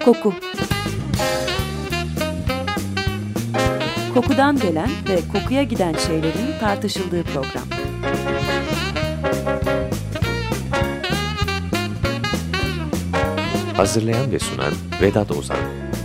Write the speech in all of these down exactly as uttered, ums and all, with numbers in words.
Koku. Kokudan gelen ve kokuya giden şeylerin tartışıldığı program. Hazırlayan ve sunan Vedat Ozan.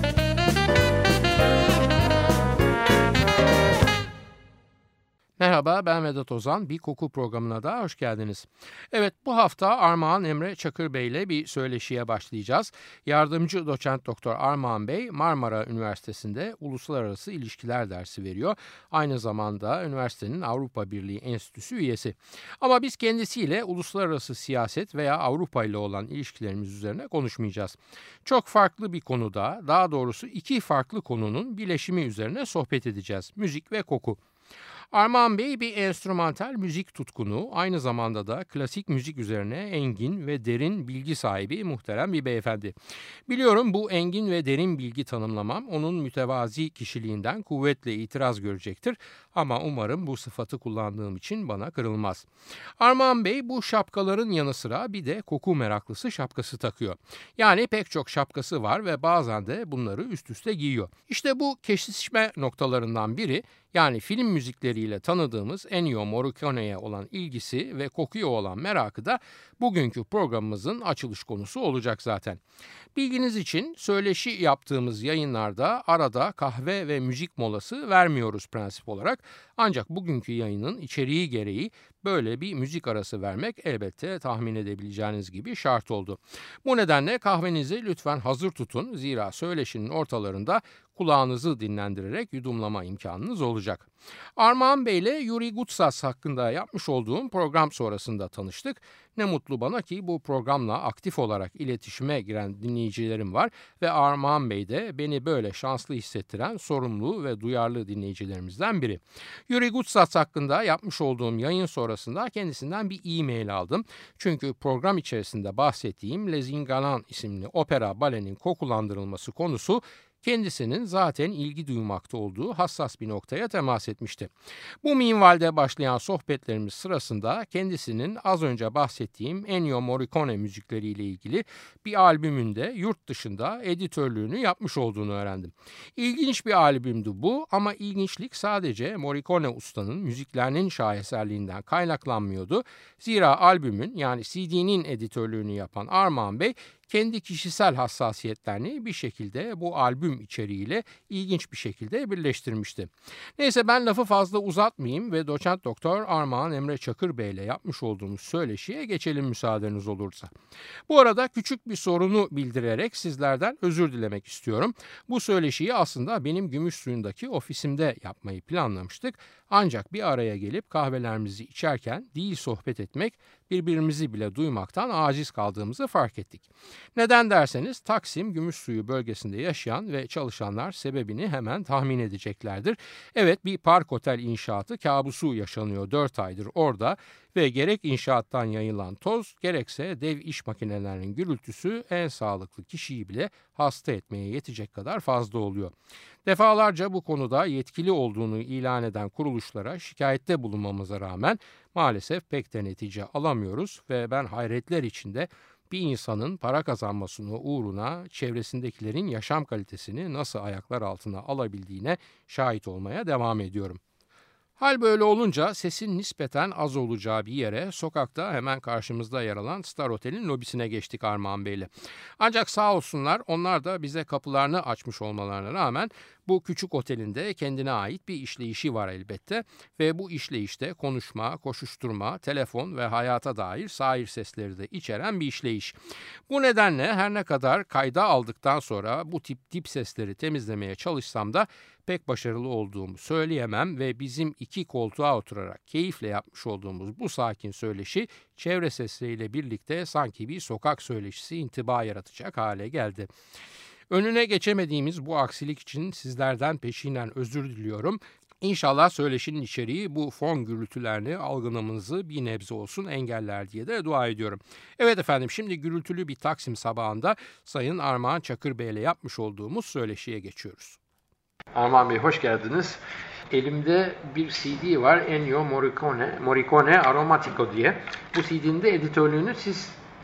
Merhaba, ben Vedat Ozan. Bir koku programına da hoş geldiniz. Evet, bu hafta Armağan Emre Çakır Bey ile bir söyleşiye başlayacağız. Yardımcı doçent doktor Armağan Bey, Marmara Üniversitesi'nde uluslararası ilişkiler dersi veriyor. Aynı zamanda üniversitenin Avrupa Birliği Enstitüsü üyesi. Ama biz kendisiyle uluslararası siyaset veya Avrupa ile olan ilişkilerimiz üzerine konuşmayacağız. Çok farklı bir konuda, daha doğrusu iki farklı konunun birleşimi üzerine sohbet edeceğiz. Müzik ve koku. Armağan Bey bir enstrümantal müzik tutkunu, aynı zamanda da klasik müzik üzerine engin ve derin bilgi sahibi muhterem bir beyefendi. Biliyorum bu engin ve derin bilgi tanımlamam onun mütevazi kişiliğinden kuvvetle itiraz görecektir ama umarım bu sıfatı kullandığım için bana kırılmaz. Armağan Bey bu şapkaların yanı sıra bir de koku meraklısı şapkası takıyor. Yani pek çok şapkası var ve bazen de bunları üst üste giyiyor. İşte bu kesişme noktalarından biri, yani film müzikleriyle tanıdığımız Ennio Morricone'ye olan ilgisi ve kokuya olan merakı da bugünkü programımızın açılış konusu olacak zaten. Bilginiz için söyleşi yaptığımız yayınlarda arada kahve ve müzik molası vermiyoruz prensip olarak. Ancak bugünkü yayının içeriği gereği böyle bir müzik arası vermek elbette tahmin edebileceğiniz gibi şart oldu. Bu nedenle kahvenizi lütfen hazır tutun, zira söyleşinin ortalarında kulağınızı dinlendirerek yudumlama imkanınız olacak. Armağan Bey ile Yuri Gutsas hakkında yapmış olduğum program sonrasında tanıştık. Ne mutlu bana ki bu programla aktif olarak iletişime giren dinleyicilerim var ve Armağan Bey de beni böyle şanslı hissettiren sorumlu ve duyarlı dinleyicilerimizden biri. Yuri Gutsas hakkında yapmış olduğum yayın sonrasında kendisinden bir e-mail aldım. Çünkü program içerisinde bahsettiğim Les Ingalants isimli opera balenin kokulandırılması konusu kendisinin zaten ilgi duymakta olduğu hassas bir noktaya temas etmişti. Bu minvalde başlayan sohbetlerimiz sırasında kendisinin az önce bahsettiğim Ennio Morricone müzikleriyle ilgili bir albümünde yurt dışında editörlüğünü yapmış olduğunu öğrendim. İlginç bir albümdü bu ama ilginçlik sadece Morricone ustanın müziklerinin şaheserliğinden kaynaklanmıyordu. Zira albümün, yani C D'nin editörlüğünü yapan Armağan Bey kendi kişisel hassasiyetlerini bir şekilde bu albüm içeriğiyle ilginç bir şekilde birleştirmişti. Neyse, ben lafı fazla uzatmayayım ve doçent doktor Armağan Emre Çakır Bey ile yapmış olduğumuz söyleşiye geçelim müsaadeniz olursa. Bu arada küçük bir sorunu bildirerek sizlerden özür dilemek istiyorum. Bu söyleşiyi aslında benim Gümüşsuyu'ndaki ofisimde yapmayı planlamıştık. Ancak bir araya gelip kahvelerimizi içerken değil sohbet etmek, birbirimizi bile duymaktan aciz kaldığımızı fark ettik. Neden derseniz Taksim Gümüşsuyu bölgesinde yaşayan ve çalışanlar sebebini hemen tahmin edeceklerdir. Evet, bir park otel inşaatı kabusu yaşanıyor dört aydır orada ve gerek inşaattan yayılan toz gerekse dev iş makinelerinin gürültüsü en sağlıklı kişiyi bile hasta etmeye yetecek kadar fazla oluyor. Defalarca bu konuda yetkili olduğunu ilan eden kuruluşlara şikayette bulunmamıza rağmen maalesef pek de netice alamıyoruz ve ben hayretler içinde bir insanın para kazanmasını uğruna çevresindekilerin yaşam kalitesini nasıl ayaklar altına alabildiğine şahit olmaya devam ediyorum. Hal böyle olunca sesin nispeten az olacağı bir yere, sokakta hemen karşımızda yer alan Star Otel'in lobisine geçtik Armağan Bey'le. Ancak sağ olsunlar, onlar da bize kapılarını açmış olmalarına rağmen bu küçük otelin de kendine ait bir işleyişi var elbette ve bu işleyişte konuşma, koşuşturma, telefon ve hayata dair sair sesleri de içeren bir işleyiş. Bu nedenle her ne kadar kayda aldıktan sonra bu tip dip sesleri temizlemeye çalışsam da pek başarılı olduğumu söyleyemem ve bizim iki koltuğa oturarak keyifle yapmış olduğumuz bu sakin söyleşi çevre sesleriyle birlikte sanki bir sokak söyleşisi intiba yaratacak hale geldi. Önüne geçemediğimiz bu aksilik için sizlerden peşinen özür diliyorum. İnşallah söyleşinin içeriği bu fon gürültülerini algılamanızı bir nebze olsun engeller diye de dua ediyorum. Evet efendim, şimdi gürültülü bir Taksim sabahında Sayın Armağan Çakır Bey ile yapmış olduğumuz söyleşiye geçiyoruz. Armağan Bey, hoş geldiniz. Elimde bir C D var, Ennio Morricone, Morricone Aromatico diye. Bu C D'nin de editörlüğünü siz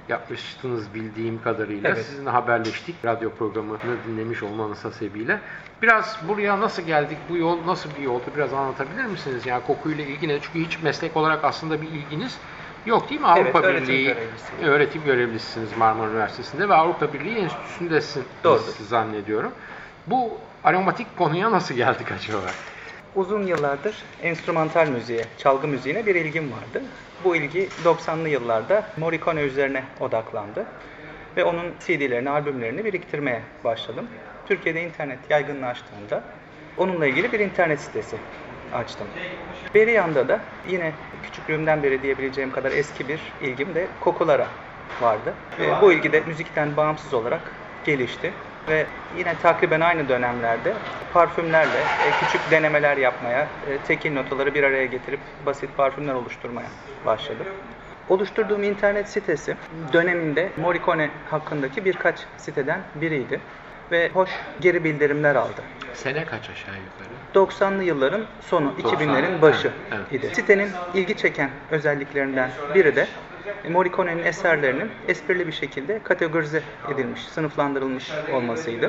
yapmıştınız bildiğim kadarıyla. Evet. Sizinle haberleştik radyo programını dinlemiş olmanız hasebiyle. Biraz buraya nasıl geldik, bu yol nasıl bir yoldu biraz anlatabilir misiniz? Yani kokuyla ilgili ne? Çünkü hiç meslek olarak aslında bir ilginiz yok değil mi? Avrupa Evet, öğretim Birliği görevlisiyim. öğretim görevlisisiniz Marmara Üniversitesi'nde ve Avrupa Birliği Enstitüsü'ndesiniz Doğrudur. zannediyorum. Bu aromatik konuya nasıl geldik acaba? Uzun yıllardır enstrümantal müziğe, çalgı müziğine bir ilgim vardı. Bu ilgi doksanlı yıllarda Morricone üzerine odaklandı. Ve onun C D'lerini, albümlerini biriktirmeye başladım. Türkiye'de internet yaygınlaştığında onunla ilgili bir internet sitesi açtım. Bir yanda da yine küçüklüğümden beri diyebileceğim kadar eski bir ilgim de kokulara vardı. Ve bu ilgi de müzikten bağımsız olarak gelişti. Ve yine takriben aynı dönemlerde parfümlerle e, küçük denemeler yapmaya, e, tekil notaları bir araya getirip basit parfümler oluşturmaya başladım. Oluşturduğum internet sitesi döneminde Morricone hakkındaki birkaç siteden biriydi ve hoş geri bildirimler aldı. Sene kaç aşağı yukarı? doksanlı yılların sonu, iki binlerin başı evet, idi. Sitenin ilgi çeken özelliklerinden biri de Morricone'nin eserlerinin esprili bir şekilde kategorize edilmiş, sınıflandırılmış olmasıydı.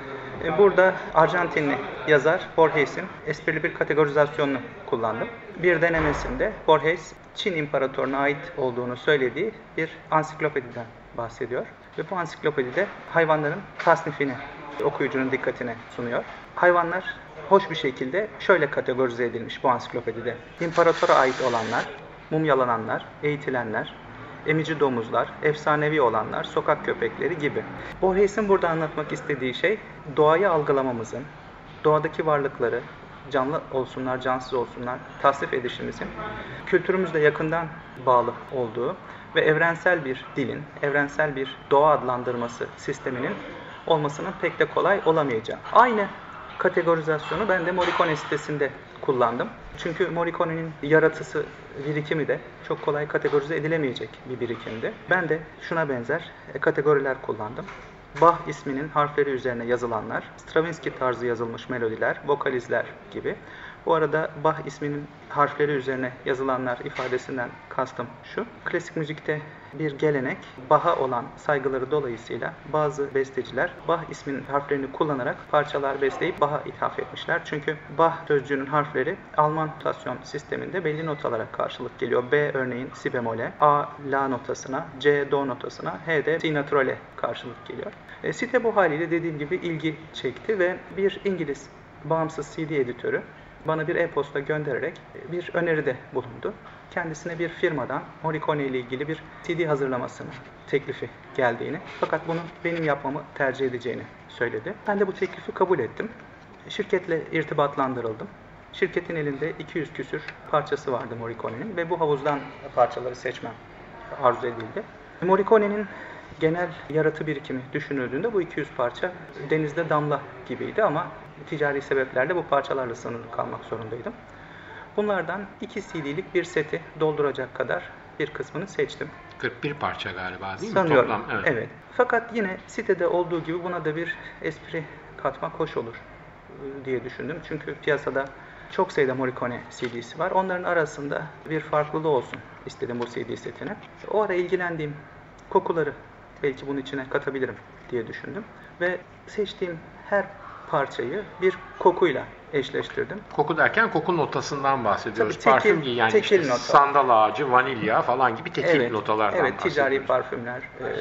Burada Arjantinli yazar Borges'in esprili bir kategorizasyonunu kullandım. Bir denemesinde Borges, Çin İmparatorluğu'na ait olduğunu söylediği bir ansiklopediden bahsediyor. Ve bu ansiklopedide hayvanların tasnifini okuyucunun dikkatine sunuyor. Hayvanlar hoş bir şekilde şöyle kategorize edilmiş bu ansiklopedide. İmparatora ait olanlar, mumyalananlar, eğitilenler, emici domuzlar, efsanevi olanlar, sokak köpekleri gibi. Borges'in burada anlatmak istediği şey, doğayı algılamamızın, doğadaki varlıkları, canlı olsunlar, cansız olsunlar, tasnif edişimizin kültürümüzle yakından bağlı olduğu ve evrensel bir dilin, evrensel bir doğa adlandırması sisteminin olmasının pek de kolay olamayacağı. Aynı kategorizasyonu ben de Morricone sitesinde kullandım. Çünkü Morricone'nin yaratısı, birikimi de çok kolay kategorize edilemeyecek bir birikimdi. Ben de şuna benzer kategoriler kullandım. Bach isminin harfleri üzerine yazılanlar, Stravinsky tarzı yazılmış melodiler, vokalizler gibi. Bu arada Bach isminin harfleri üzerine yazılanlar ifadesinden kastım şu. Klasik müzikte bir gelenek, Bach'a olan saygıları dolayısıyla bazı besteciler Bach isminin harflerini kullanarak parçalar besteleyip Bach'a ithaf etmişler. Çünkü Bach sözcüğünün harfleri Alman notasyon sisteminde belli notalara karşılık geliyor. B örneğin si bemole, A la notasına, C do notasına, H de si naturale karşılık geliyor. E, site bu haliyle dediğim gibi ilgi çekti ve bir İngiliz bağımsız C D editörü bana bir e-posta göndererek bir öneride bulundu. Kendisine bir firmadan Morricone ile ilgili bir C D hazırlamasını teklifi geldiğini, fakat bunu benim yapmamı tercih edeceğini söyledi. Ben de bu teklifi kabul ettim. Şirketle irtibatlandırıldım. Şirketin elinde iki yüz küsür parçası vardı Morricone'nin ve bu havuzdan parçaları seçmem arzu edildi. Morricone'nin genel yaratı birikimi düşünüldüğünde bu iki yüz parça denizde damla gibiydi ama ticari sebeplerle bu parçalarla sınırlı kalmak zorundaydım. Bunlardan iki C D'lik bir seti dolduracak kadar bir kısmını seçtim. kırk bir parça galiba değil mi? Sanıyorum. Toplam, evet. evet. Fakat yine sitede olduğu gibi buna da bir espri katmak hoş olur diye düşündüm. Çünkü piyasada çok sayıda Morricone C D'si var. Onların arasında bir farklılığı olsun istedim bu C D setine. O ara ilgilendiğim kokuları belki bunun içine katabilirim diye düşündüm. Ve seçtiğim her parçayı bir kokuyla eşleştirdim. Koku derken koku notasından bahsediyoruz. Tabii, tekil, Parfüm gibi yani tekil işte nota. sandal ağacı, vanilya falan gibi tekil evet, notalardan evet, bahsediyoruz. ticari parfümler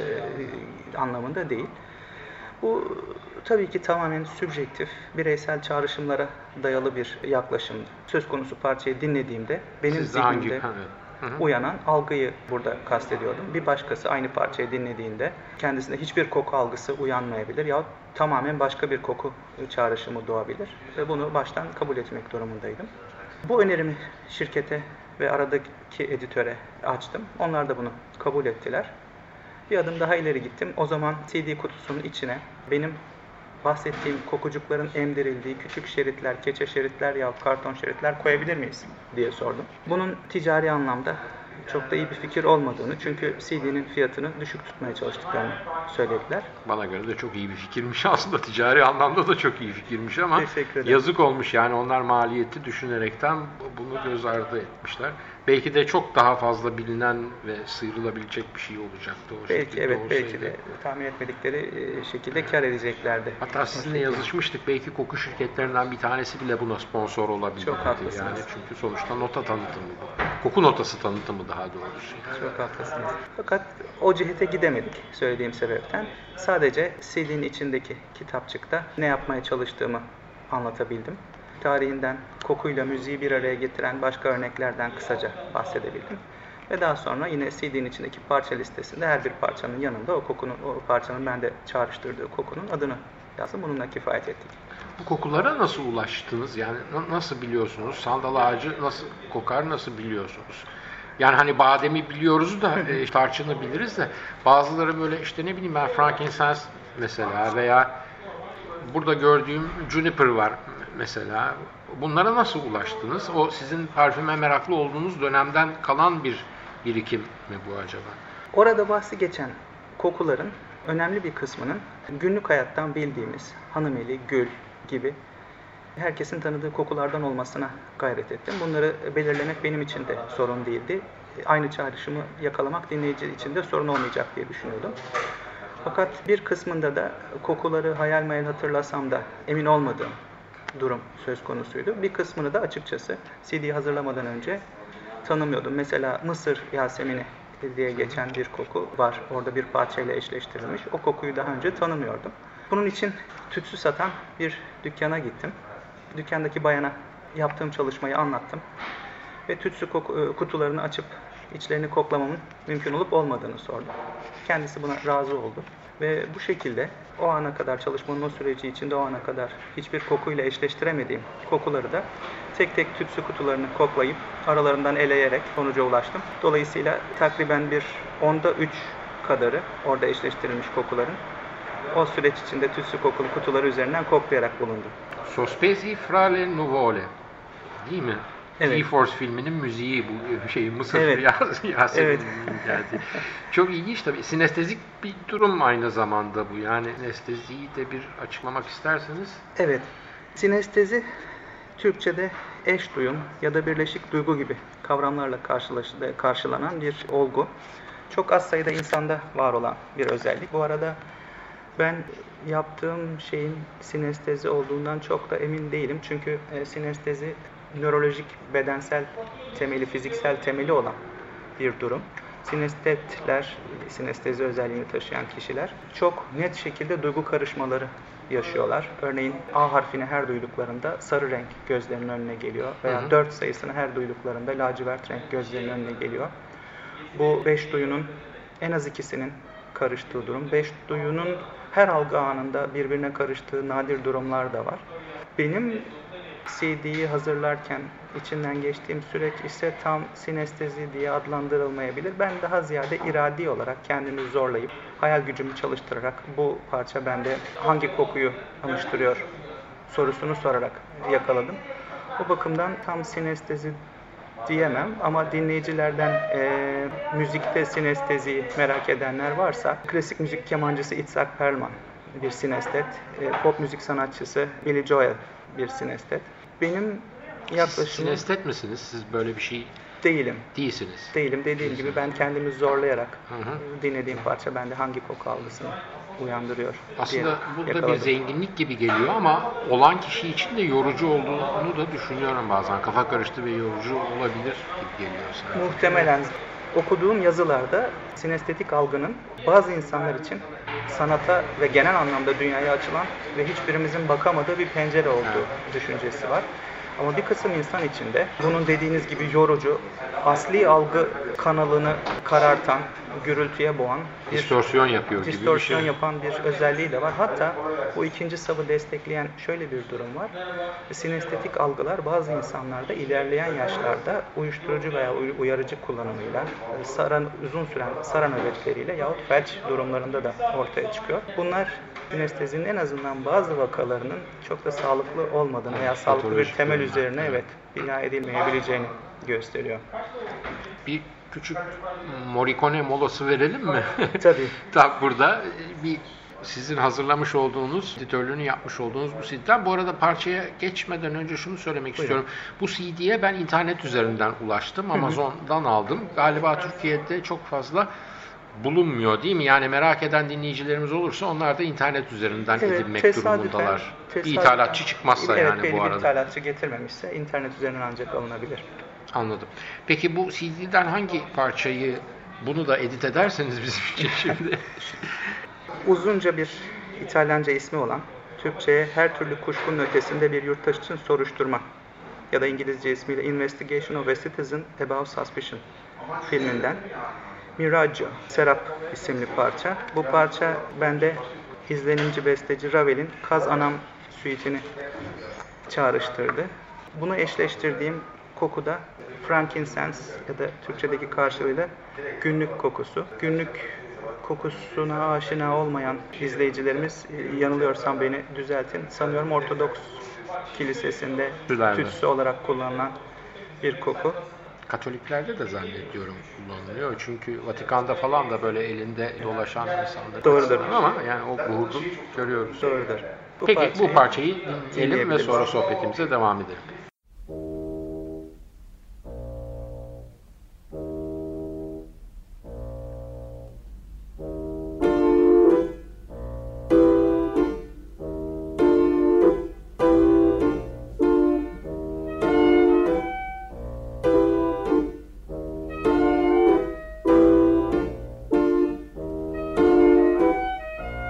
e, anlamında değil. Bu tabii ki tamamen sübjektif, bireysel çağrışımlara dayalı bir yaklaşımdı. Söz konusu parçayı dinlediğimde benim Siz zihnimde hangi, evet. uyanan algıyı burada kastediyordum. Bir başkası aynı parçayı dinlediğinde kendisinde hiçbir koku algısı uyanmayabilir yahut tamamen başka bir koku çağrışımı doğabilir ve bunu baştan kabul etmek durumundaydım. Bu önerimi şirkete ve aradaki editöre açtım. Onlar da bunu kabul ettiler. Bir adım daha ileri gittim. O zaman C D kutusunun içine benim bahsettiğim kokucukların emdirildiği küçük şeritler, keçe şeritler yahut karton şeritler koyabilir miyiz diye sordum. Bunun ticari anlamda çok da iyi bir fikir olmadığını, çünkü C D'nin fiyatını düşük tutmaya çalıştıklarını söylediler. Bana göre de çok iyi bir fikirmiş aslında, ticari anlamda da çok iyi fikirmiş ama yazık olmuş yani, onlar maliyeti düşünerekten bunu göz ardı etmişler. Belki de çok daha fazla bilinen ve sıyrılabilecek bir şey olacaktı o belki evet olsaydı. Belki de tahmin etmedikleri şekilde kar edeceklerdi. Hatta sizinle yazışmıştık, belki koku şirketlerinden bir tanesi bile buna sponsor olabilir. Çok haklısınız. Yani çünkü sonuçta nota tanıtımı bu. Koku notası tanıtımı daha doğrusu. Yani. Çok haklısınız. Fakat o cihete gidemedik söylediğim sebepten. Sadece C D'nin içindeki kitapçıkta ne yapmaya çalıştığımı anlatabildim. Tarihinden kokuyla müziği bir araya getiren başka örneklerden kısaca bahsedebildim. Ve daha sonra yine C D'nin içindeki parça listesinde her bir parçanın yanında o kokunun, o parçanın bende çağrıştırdığı kokunun adını yazdım. Bununla kifayet ettik. Bu kokulara nasıl ulaştınız? Yani nasıl biliyorsunuz? Sandal ağacı nasıl kokar, nasıl biliyorsunuz? Yani hani bademi biliyoruz da e, tarçını biliriz de bazıları böyle işte ne bileyim ben frankincense mesela veya burada gördüğüm juniper var mesela. Bunlara nasıl ulaştınız? O sizin parfüme meraklı olduğunuz dönemden kalan bir birikim mi bu acaba? Orada bahsi geçen kokuların önemli bir kısmının günlük hayattan bildiğimiz hanımeli, gül gibi herkesin tanıdığı kokulardan olmasına gayret ettim. Bunları belirlemek benim için de sorun değildi. Aynı çağrışımı yakalamak dinleyici için de sorun olmayacak diye düşünüyordum. Fakat bir kısmında da kokuları hayal meyal hatırlasam da emin olmadığım durum söz konusuydu. Bir kısmını da açıkçası C D'yi hazırlamadan önce tanımıyordum. Mesela Mısır Yasemini diye geçen bir koku var. Orada bir parçayla eşleştirilmiş. O kokuyu daha önce tanımıyordum. Bunun için tütsü satan bir dükkana gittim. Dükkandaki bayana yaptığım çalışmayı anlattım. Ve tütsü koku, kutularını açıp içlerini koklamamın mümkün olup olmadığını sordum. Kendisi buna razı oldu. Ve bu şekilde o ana kadar çalışmanın o süreci içinde o ana kadar hiçbir kokuyla eşleştiremediğim kokuları da tek tek tütsü kutularını koklayıp aralarından eleyerek sonuca ulaştım. Dolayısıyla takriben bir onda üç kadarı orada eşleştirilmiş kokuların o süreç içinde tütsü kokulu kutuları üzerinden koklayarak bulundu. Sospesi fra le nuvole değil mi? Evet. G-Force filminin müziği bu şey Mısır evet. Yasemin'in evet. geldi. Çok ilginç tabii. Sinestezik bir durum aynı zamanda bu. Yani sinesteziyi de bir açıklamak isterseniz. Evet. Sinestezi Türkçe'de eş duyum ya da birleşik duygu gibi kavramlarla karşılanan bir olgu. Çok az sayıda insanda var olan bir özellik. Bu arada ben yaptığım şeyin sinestezi olduğundan çok da emin değilim. Çünkü e, sinestezi nörolojik, bedensel temeli, fiziksel temeli olan bir durum. Sinestetler, sinestezi özelliğini taşıyan kişiler çok net şekilde duygu karışmaları yaşıyorlar. Örneğin A harfini her duyduklarında sarı renk gözlerinin önüne geliyor veya hı hı. dört sayısını her duyduklarında lacivert renk gözlerinin önüne geliyor. Bu beş duyunun en az ikisinin karıştığı durum. Beş duyunun her algı anında birbirine karıştığı nadir durumlar da var. Benim C D'yi hazırlarken içinden geçtiğim süreç ise tam sinestezi diye adlandırılmayabilir. Ben daha ziyade iradi olarak kendimi zorlayıp, hayal gücümü çalıştırarak bu parça bende hangi kokuyu anıştırıyor sorusunu sorarak yakaladım. O bakımdan tam sinestezi diyemem ama dinleyicilerden e, müzikte sinesteziyi merak edenler varsa klasik müzik kemancısı Itzhak Perlman bir sinestet, e, pop müzik sanatçısı Billy Joel bir sinestet. Benim yaklaşımım... Sinestet misiniz? Siz böyle bir şey değilim. Değilsiniz. Değilim. Dediğim Değilsiniz. gibi ben kendimi zorlayarak Hı hı. dinlediğim parça bende hangi koku algısını uyandırıyor aslında diye burada yakaladım. Bir zenginlik gibi geliyor ama olan kişi için de yorucu olduğunu da düşünüyorum bazen. Kafa karıştı ve yorucu olabilir gibi geliyor sana. Muhtemelen okuduğum yazılarda sinestetik algının bazı insanlar için sanata ve genel anlamda dünyaya açılan ve hiçbirimizin bakamadığı bir pencere olduğu evet. düşüncesi var. Ama bir kısım insan için de bunun dediğiniz gibi yorucu, asli algı kanalını karartan, gürültüye boğan, bir distorsiyon yapıyor gibi distorsiyon bir şey. yapan bir özelliği de var. Hatta bu ikinci savı destekleyen şöyle bir durum var. Sinestetik algılar bazı insanlarda ilerleyen yaşlarda uyuşturucu veya uyarıcı kullanımıyla, saran, uzun süren sara nöbetleriyle yahut felç durumlarında da ortaya çıkıyor. Bunlar sinestezinin en azından bazı vakalarının çok da sağlıklı olmadığını veya sağlıklı bir temel üzerine evet bina edilmeyebileceğini gösteriyor. Bir küçük Morricone molası verelim mi? Tabii. Tam burada bir sizin hazırlamış olduğunuz, editörlüğünü yapmış olduğunuz bu C D'den. Bu arada parçaya geçmeden önce şunu söylemek Buyurun. istiyorum. Bu C D'ye ben internet üzerinden ulaştım. Amazon'dan aldım. Galiba Türkiye'de çok fazla bulunmuyor değil mi? Yani merak eden dinleyicilerimiz olursa onlar da internet üzerinden Evet, edinmek tesadüfen- durumundalar. Bir tesadüfen- ithalatçı çıkmazsa evet, yani belli bu bir arada. ithalatçı getirmemişse internet üzerinden ancak alınabilir. Anladım. Peki bu C D'den hangi parçayı, bunu da edit ederseniz bizim için şimdi? Uzunca bir İtalyanca ismi olan, Türkçe'ye her türlü kuşkunun ötesinde bir yurttaş için soruşturma ya da İngilizce ismiyle Investigation of a Citizen Above Suspicion filminden Miraggio, Serap isimli parça. Bu parça bende izlenimci besteci Ravel'in Kaz Anam suite'ini çağrıştırdı. Bunu eşleştirdiğim koku da frankincense ya da Türkçedeki karşılığıyla günlük kokusu. Günlük kokusuna aşina olmayan izleyicilerimiz, yanılıyorsam beni düzeltin. Sanıyorum Ortodoks Kilisesi'nde Tütülerle. tütsü olarak kullanılan bir koku. Katoliklerde de zannediyorum kullanılıyor. Çünkü Vatikan'da falan da böyle elinde dolaşan insanlar. Doğrudur. Ama yani o buhurdu görüyoruz. Doğrudur. Bu Peki parçayı bu parçayı dinleyelim ve dinleyebiliriz. sonra sohbetimize devam edelim.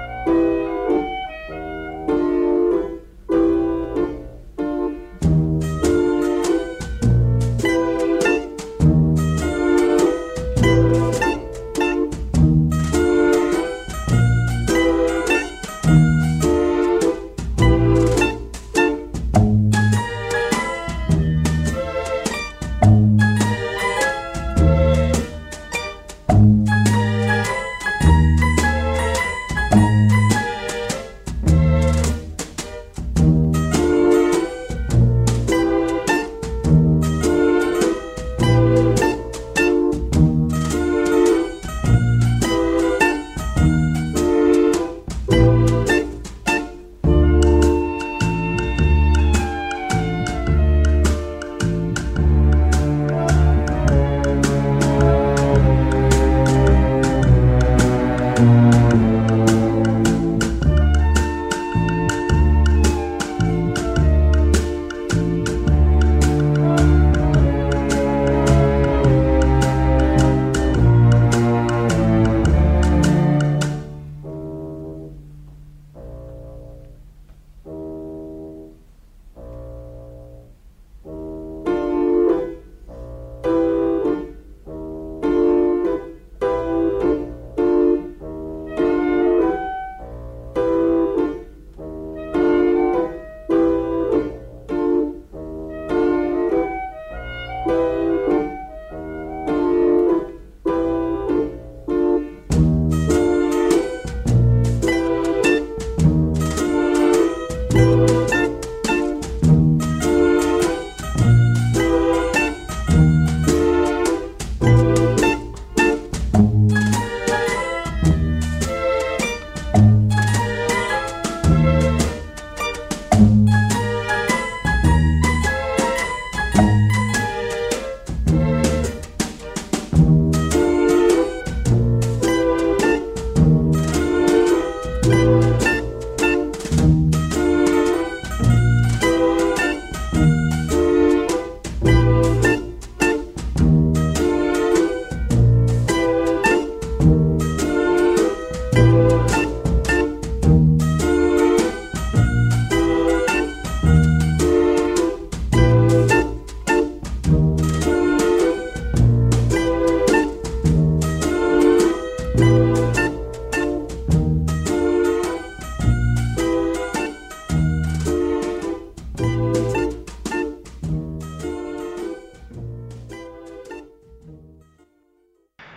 Thank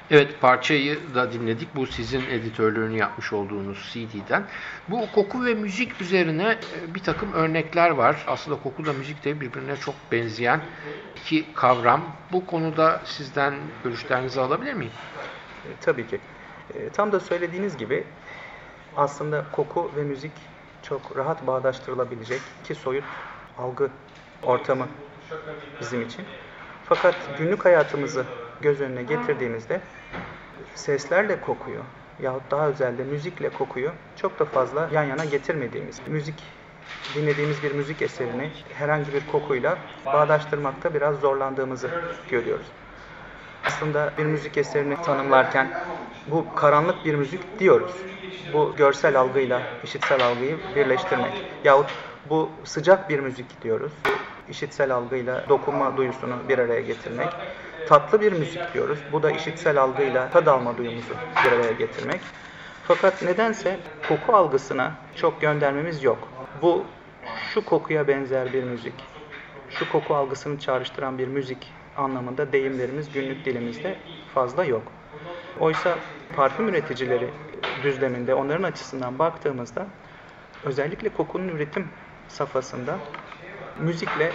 Evet, parçayı da dinledik. Bu sizin editörlüğünü yapmış olduğunuz C D'den. Bu koku ve müzik üzerine bir takım örnekler var. Aslında koku da müzik de birbirine çok benzeyen iki kavram. Bu konuda sizden görüşlerinizi alabilir miyim? E, tabii ki. E, tam da söylediğiniz gibi aslında koku ve müzik çok rahat bağdaştırılabilecek iki soyut algı ortamı bizim için. Fakat günlük hayatımızı göz önüne getirdiğimizde seslerle kokuyu yahut daha özelde müzikle kokuyu çok da fazla yan yana getirmediğimiz, müzik dinlediğimiz bir müzik eserini herhangi bir kokuyla bağdaştırmakta biraz zorlandığımızı görüyoruz. Aslında bir müzik eserini tanımlarken bu karanlık bir müzik diyoruz. Bu görsel algıyla işitsel algıyı birleştirmek. Yahut bu sıcak bir müzik diyoruz. İşitsel algıyla dokunma duyusunu bir araya getirmek. Tatlı bir müzik diyoruz. Bu da işitsel algıyla tad alma duyumuzu bir araya getirmek. Fakat nedense koku algısına çok göndermemiz yok. Bu şu kokuya benzer bir müzik, şu koku algısını çağrıştıran bir müzik anlamında deyimlerimiz günlük dilimizde fazla yok. Oysa parfüm üreticileri düzleminde onların açısından baktığımızda özellikle kokunun üretim safhasında müzikle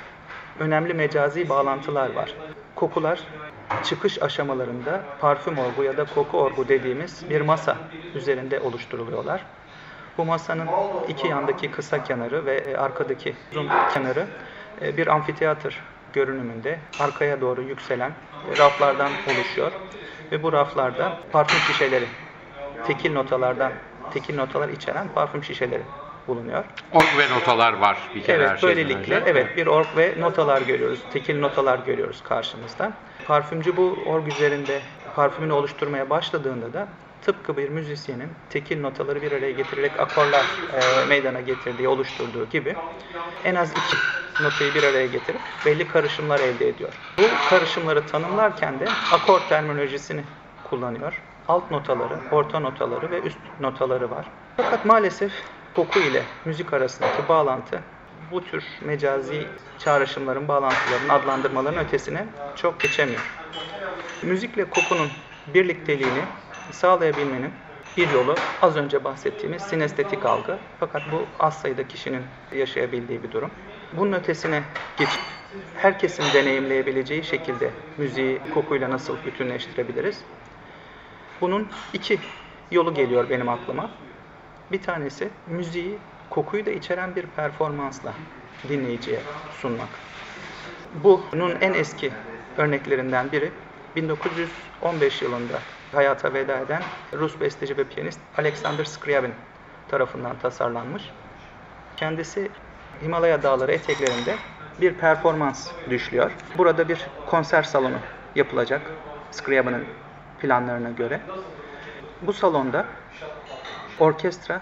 önemli mecazi bağlantılar var. Kokular çıkış aşamalarında parfüm orgu ya da koku orgu dediğimiz bir masa üzerinde oluşturuluyorlar. Bu masanın iki yandaki kısa kenarı ve arkadaki uzun kenarı bir amfiteyatr görünümünde arkaya doğru yükselen raflardan oluşuyor. Ve bu raflarda parfüm şişeleri, tekil notalardan, tekil notalar içeren parfüm şişeleri bulunuyor. Org ve notalar var bir kere. Evet, böylelikle önce. evet bir org ve notalar görüyoruz, tekil notalar görüyoruz karşımızda. Parfümcü bu org üzerinde parfümünü oluşturmaya başladığında da tıpkı bir müzisyenin tekil notaları bir araya getirerek akorlar e, meydana getirdiği, oluşturduğu gibi en az iki notayı bir araya getirip belli karışımlar elde ediyor. Bu karışımları tanımlarken de akor terminolojisini kullanıyor. Alt notaları, orta notaları ve üst notaları var. Fakat maalesef koku ile müzik arasındaki bağlantı bu tür mecazi çağrışımların, bağlantıların, adlandırmaların ötesine çok geçemiyor. Müzikle kokunun birlikteliğini sağlayabilmenin bir yolu az önce bahsettiğimiz sinestetik algı. Fakat bu az sayıda kişinin yaşayabildiği bir durum. Bunun ötesine geçip herkesin deneyimleyebileceği şekilde müziği kokuyla nasıl bütünleştirebiliriz? Bunun iki yolu geliyor benim aklıma. Bir tanesi müziği kokuyu da içeren bir performansla dinleyiciye sunmak. Bunun en eski örneklerinden biri bin dokuz yüz on beş yılında hayata veda eden Rus besteci ve piyanist Alexander Scriabin tarafından tasarlanmış. Kendisi Himalaya Dağları eteklerinde bir performans düşlüyor. Burada bir konser salonu yapılacak Scriabin'in planlarına göre. Bu salonda orkestra,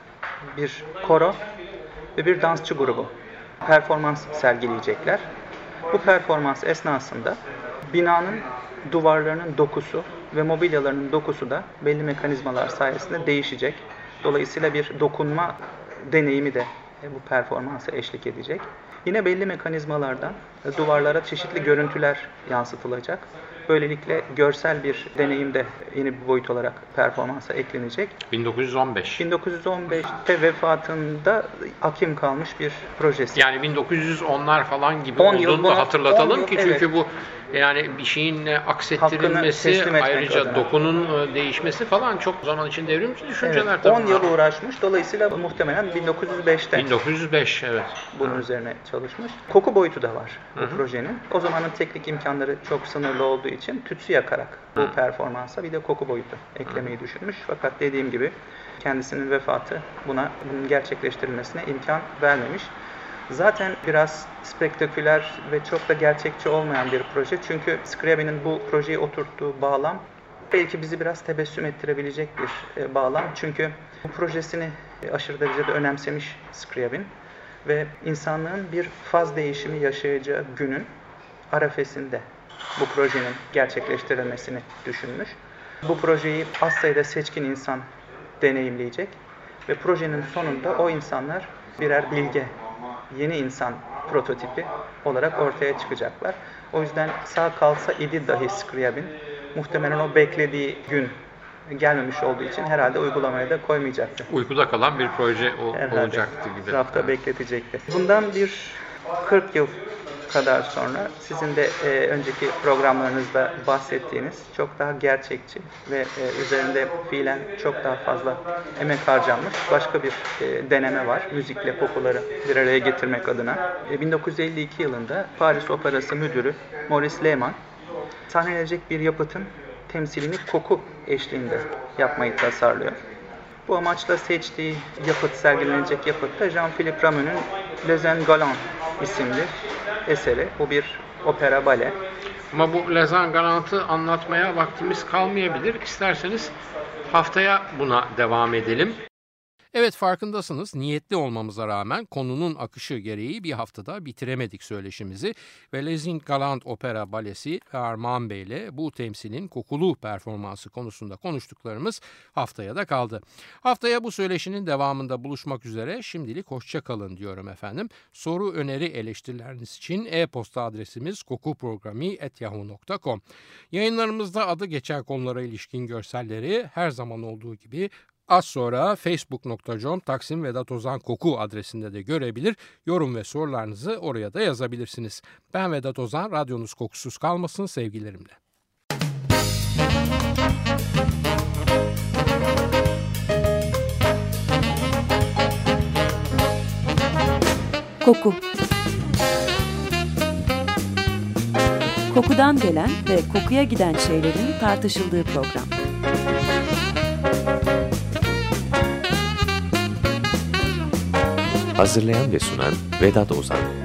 bir koro ve bir dansçı grubu performans sergileyecekler. Bu performans esnasında binanın duvarlarının dokusu ve mobilyalarının dokusu da belli mekanizmalar sayesinde değişecek. Dolayısıyla bir dokunma deneyimi de bu performansa eşlik edecek. Yine belli mekanizmalardan duvarlara çeşitli görüntüler yansıtılacak. Böylelikle görsel bir deneyim de yeni bir boyut olarak performansa eklenecek. bin dokuz yüz on beş. bin dokuz yüz on beşte vefatında hakim kalmış bir projesi. Yani bin dokuz yüz onlar falan gibi olduğunu da hatırlatalım yıl, ki çünkü evet. Bu yani bir şeyin aksettirilmesi, ayrıca adına. Dokunun değişmesi falan çok zaman için devrimci düşünceler. Evet, on yıl uğraşmış. Dolayısıyla muhtemelen bin dokuz yüz beşte. bin dokuz yüz beş evet. Bunun evet. üzerine çalışmış. Koku boyutu da var bu Hı-hı. projenin. O zamanın teknik imkanları çok sınırlı olduğu için tütsü yakarak bu Hı. performansa bir de koku boyutu eklemeyi Hı. düşünmüş. Fakat dediğim gibi kendisinin vefatı buna bunun gerçekleştirilmesine imkan vermemiş. Zaten biraz spektaküler ve çok da gerçekçi olmayan bir proje. Çünkü Scriabin'in bu projeyi oturttuğu bağlam belki bizi biraz tebessüm ettirebilecek bir bağlam. Çünkü bu projesini aşırı derecede önemsemiş Scriabin ve insanlığın bir faz değişimi yaşayacağı günün arefesinde bu projenin gerçekleştirilmesini düşünmüş. Bu projeyi az sayıda seçkin insan deneyimleyecek ve projenin sonunda o insanlar birer bilge, yeni insan prototipi olarak ortaya çıkacaklar. O yüzden sağ kalsa idi dahi Scriabin muhtemelen o beklediği gün gelmemiş olduğu için herhalde uygulamaya da koymayacaktı. Uykuda kalan bir proje o, olacaktı gibi. Rafta bekletecekti. Bundan bir kırk yıl kadar sonra sizin de e, önceki programlarınızda bahsettiğiniz çok daha gerçekçi ve e, üzerinde fiilen çok daha fazla emek harcanmış başka bir e, deneme var. Müzikle kokuları bir araya getirmek adına. E, bin dokuz yüz elli iki yılında Paris Operası müdürü Maurice Lehmann sahnelenecek bir yapıtın temsilini koku eşliğinde yapmayı tasarlıyor. Bu amaçla seçtiği yapıt, sergilenecek yapıt da Jean-Philippe Rameau'nun Les Indes Galantes isimli eseri. Bu bir opera bale. Ama bu Les Indes Galantes'ı anlatmaya vaktimiz kalmayabilir. İsterseniz haftaya buna devam edelim. Evet, farkındasınız, niyetli olmamıza rağmen konunun akışı gereği bir haftada bitiremedik söyleşimizi ve Les Indes Galantes Opera Balesi ve Armağan Bey ile bu temsilin kokulu performansı konusunda konuştuklarımız haftaya da kaldı. Haftaya bu söyleşinin devamında buluşmak üzere, şimdilik hoşça kalın diyorum efendim. Soru, öneri, eleştirileriniz için e-posta adresimiz kokuprogrami at yahoo nokta com. Yayınlarımızda adı geçen konulara ilişkin görselleri her zaman olduğu gibi az sonra facebook nokta com Taksim Vedat Ozan Koku adresinde de görebilir. Yorum ve sorularınızı oraya da yazabilirsiniz. Ben Vedat Ozan, radyonuz kokusuz kalmasın sevgilerimle. Koku. Kokudan gelen ve kokuya giden şeylerin tartışıldığı program. Hazırlayan ve sunan Vedat Ozan.